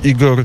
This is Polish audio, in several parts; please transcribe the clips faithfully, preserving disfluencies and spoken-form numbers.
Igor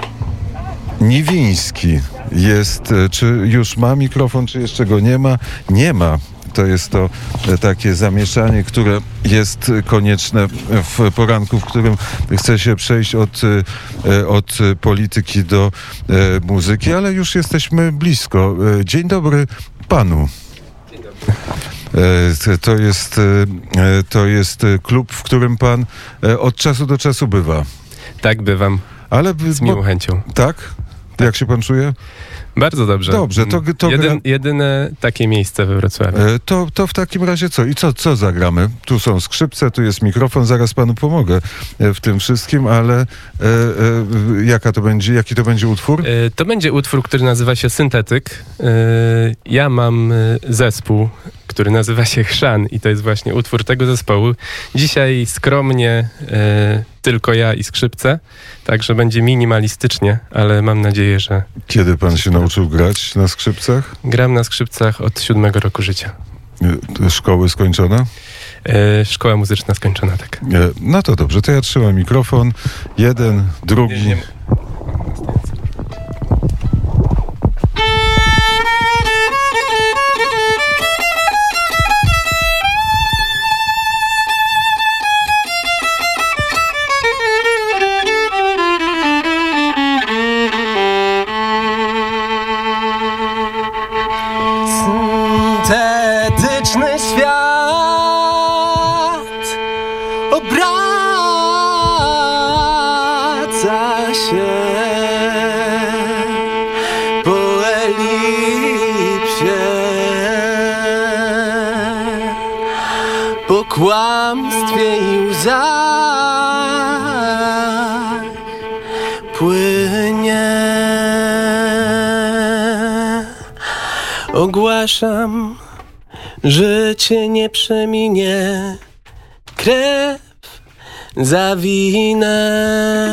Niwiński jest, czy już ma mikrofon, czy jeszcze go nie ma? Nie ma. To jest to takie zamieszanie, które jest konieczne w poranku, w którym chce się przejść od, od polityki do muzyki, ale już jesteśmy blisko. Dzień dobry panu. Dzień dobry. To jest, to jest klub, w którym pan od czasu do czasu bywa. Tak, bywam. Ale, z miłą chęcią. Tak? Jak się pan czuje? Bardzo dobrze. Dobrze, to, to Jedyn, gra... jedyne takie miejsce we Wrocławiu. E, to, to w takim razie co? I co, co zagramy? Tu są skrzypce, tu jest mikrofon, zaraz panu pomogę w tym wszystkim, ale e, e, jaka to będzie, jaki to będzie utwór? E, to będzie utwór, który nazywa się Syntetyk. E, ja mam zespół, który nazywa się Chrzan i to jest właśnie utwór tego zespołu. Dzisiaj skromnie e, tylko ja i skrzypce, także będzie minimalistycznie, ale mam nadzieję, że... Kiedy pan się nauczył grać na skrzypcach? Gram na skrzypcach od siódmego roku życia. E, szkoły skończone? E, szkoła muzyczna skończona, tak. E, no to dobrze, to ja trzymam mikrofon. Jeden, drugi... Nie, nie. Syntetyczny świat obraca się po elipsie, po kłamstwie i łzach płynie. Ogłaszam, życie nie przeminie, krew zawinę.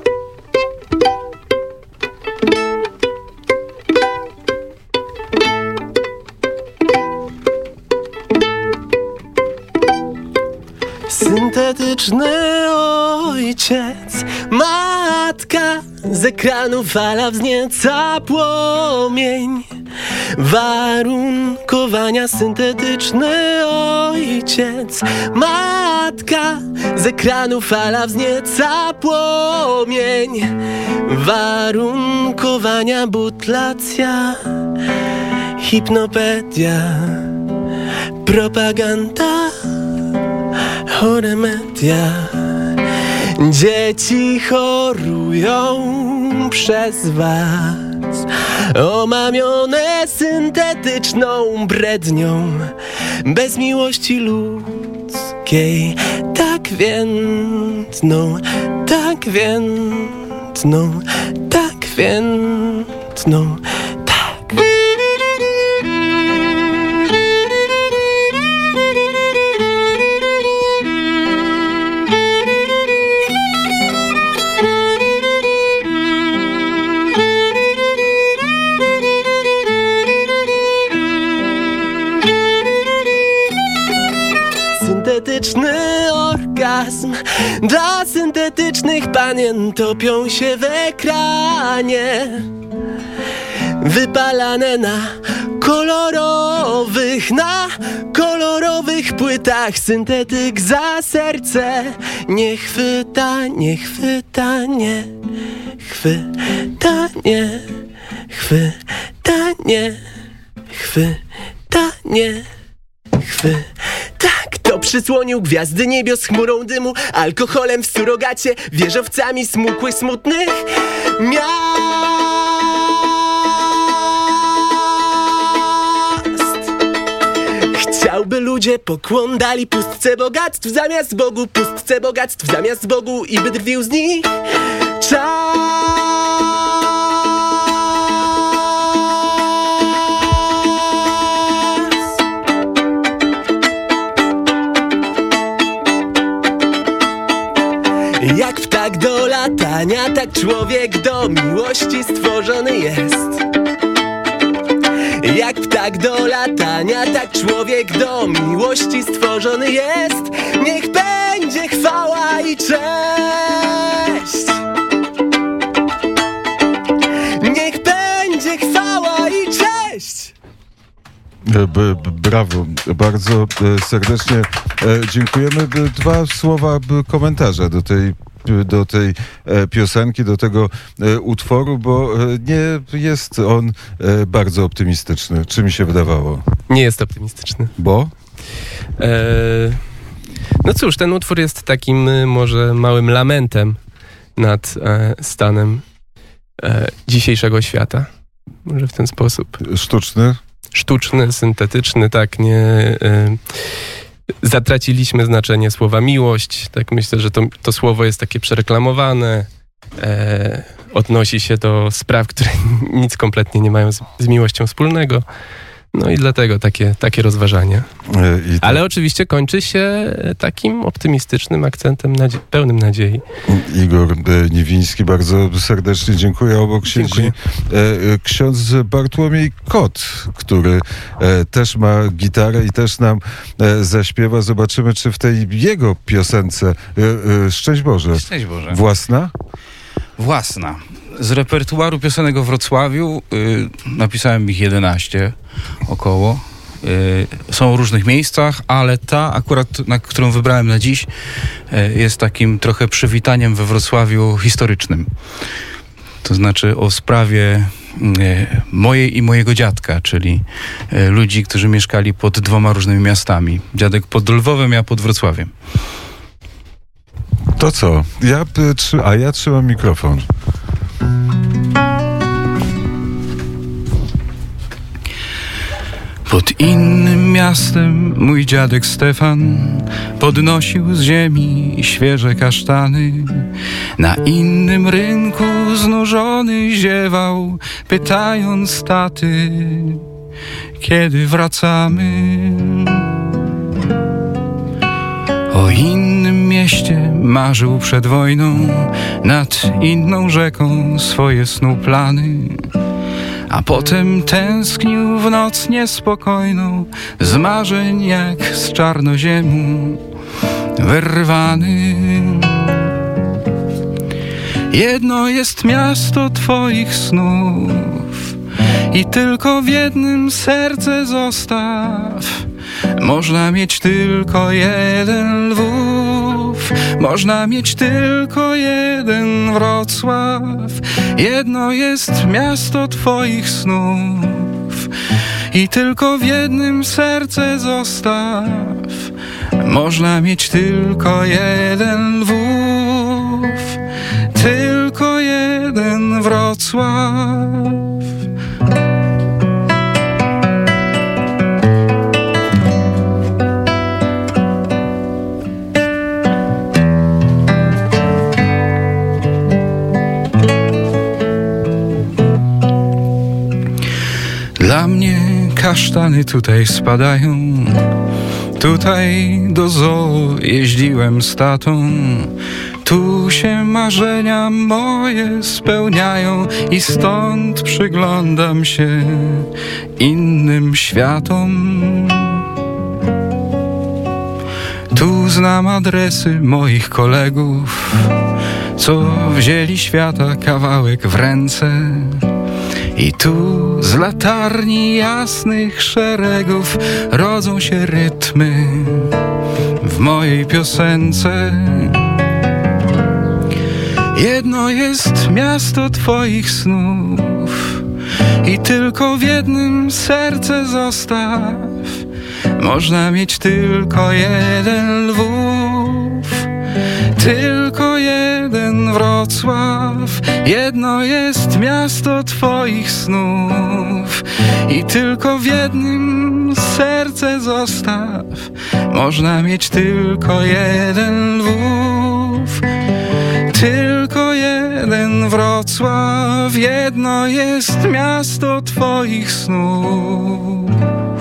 Syntetyczny ojciec, matka, z ekranu fala wznieca płomień warunkowania. Syntetyczny ojciec, matka, z ekranu fala wznieca płomień warunkowania. Butlacja, hipnopedia, propaganda, chore media. Dzieci chorują przez was, omamione syntetyczną brednią, bez miłości ludzkiej, tak więdną, tak więdną, tak więdną, tak. Syntetyczny orgazm dla syntetycznych panien, topią się w ekranie, wypalane na kolorowych, na kolorowych płytach. Syntetyk za serce nie chwyta, nie chwyta, nie chwyta, nie chwyta, nie chwyta, nie chwyta. Kto przysłonił gwiazdy niebios chmurą dymu, alkoholem w surogacie, wieżowcami smukłych, smutnych miast? Chciałby ludzie pokłon dali pustce bogactw zamiast Bogu, pustce bogactw zamiast Bogu, i by drwił z nich czas. Jak ptak do latania, tak człowiek do miłości stworzony jest. Jak ptak do latania, tak człowiek do miłości stworzony jest. Niech będzie chwała i cześć. B, b, brawo, bardzo serdecznie dziękujemy. Dwa słowa komentarza do tej do tej piosenki, do tego utworu, bo nie jest on bardzo optymistyczny. Czy mi się wydawało? Nie jest optymistyczny. Bo? E, no cóż, ten utwór jest takim może małym lamentem nad e, stanem e, dzisiejszego świata. Może w ten sposób. Sztuczny? Sztuczny, syntetyczny, tak, nie... E, zatraciliśmy znaczenie słowa miłość. Tak myślę, że to, to słowo jest takie przereklamowane. E, odnosi się do spraw, które nic kompletnie nie mają z, z miłością wspólnego. No i dlatego takie, takie rozważanie. I to... Ale oczywiście kończy się takim optymistycznym akcentem nadzie- pełnym nadziei. Igor Niwiński, bardzo serdecznie dziękuję. Obok siedzi ksiądz Bartłomiej Kot, który też ma gitarę i też nam zaśpiewa. Zobaczymy, czy w tej jego piosence Szczęść Boże. Szczęść Boże. Własna? Własna. Z repertuaru piosenek o Wrocławiu y, napisałem ich jedenaście około. Y, są w różnych miejscach, ale ta akurat, na którą wybrałem na dziś, y, jest takim trochę przywitaniem we Wrocławiu historycznym. To znaczy o sprawie y, mojej i mojego dziadka, czyli y, ludzi, którzy mieszkali pod dwoma różnymi miastami. Dziadek pod Lwowem, ja pod Wrocławiem. To co? Ja, a ja trzymam mikrofon. Pod innym miastem mój dziadek Stefan podnosił z ziemi świeże kasztany. Na innym rynku znużony ziewał, pytając taty, kiedy wracamy. O innym mieście marzył przed wojną, nad inną rzeką swoje snuł plany. A potem tęsknił w noc niespokojną, z marzeń jak z czarnoziemu wyrwany. Jedno jest miasto twoich snów i tylko w jednym serce zostaw. Można mieć tylko jeden Lwów, można mieć tylko jeden Wrocław. Jedno jest miasto twoich snów i tylko w jednym serce zostaw. Można mieć tylko jeden Lwów, tylko jeden Wrocław. Dla mnie kasztany tutaj spadają, tutaj do zoo jeździłem z tatą. Tu się marzenia moje spełniają i stąd przyglądam się innym światom. Tu znam adresy moich kolegów, co wzięli świata kawałek w ręce. I tu z latarni jasnych szeregów rodzą się rytmy w mojej piosence. Jedno jest miasto twoich snów i tylko w jednym serce zostaw. Można mieć tylko jeden Lwów, tylko jeden Wrocław. Jedno jest miasto twoich snów i tylko w jednym serce zostaw. Można mieć tylko jeden Lwów, tylko jeden Wrocław. Jedno jest miasto twoich snów.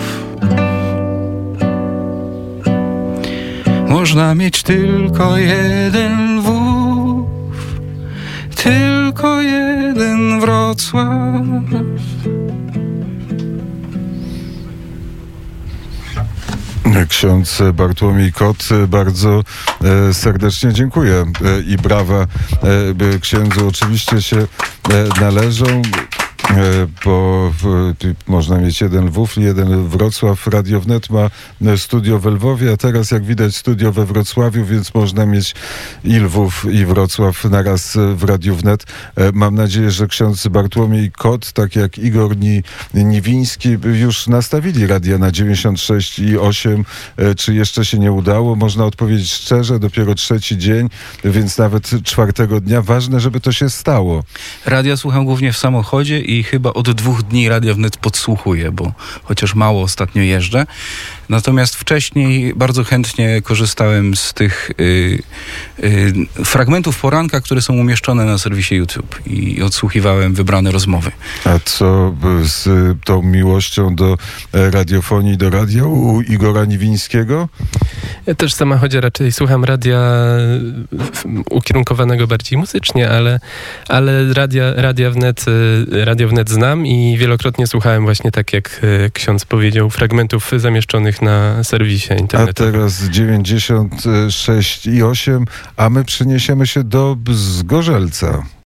Można mieć tylko jeden Lwów, tylko jeden Wrocław. Ksiądz Bartłomiej Kot, bardzo e, serdecznie dziękuję e, i brawa e, księdzu oczywiście się e, należą. bo można mieć jeden Lwów, jeden Wrocław. Radio Wnet ma studio w Lwowie, a teraz jak widać studio we Wrocławiu, więc można mieć i Lwów, i Wrocław naraz w Radiu Wnet. Mam nadzieję, że ksiądz Bartłomiej Kot, tak jak Igor Ni, Niwiński, już nastawili radia na dziewięćdziesiąt sześć i osiem. Czy jeszcze się nie udało? Można odpowiedzieć szczerze, dopiero trzeci dzień, więc nawet czwartego dnia. Ważne, żeby to się stało. Radia słucham głównie w samochodzie i chyba od dwóch dni Radia Wnet podsłuchuję, bo chociaż mało ostatnio jeżdżę. Natomiast wcześniej bardzo chętnie korzystałem z tych y, y, fragmentów poranka, które są umieszczone na serwisie YouTube i odsłuchiwałem wybrane rozmowy. A co z tą miłością do radiofonii, do radia u Igora Niwińskiego? Ja też w samochodzie raczej słucham radia ukierunkowanego bardziej muzycznie, ale, ale radia, radia, wnet, radio Wnet znam i wielokrotnie słuchałem właśnie, tak jak ksiądz powiedział, fragmentów zamieszczonych na serwisie internetowym. A teraz dziewięćdziesiąt sześć i osiem, a my przeniesiemy się do Zgorzelca.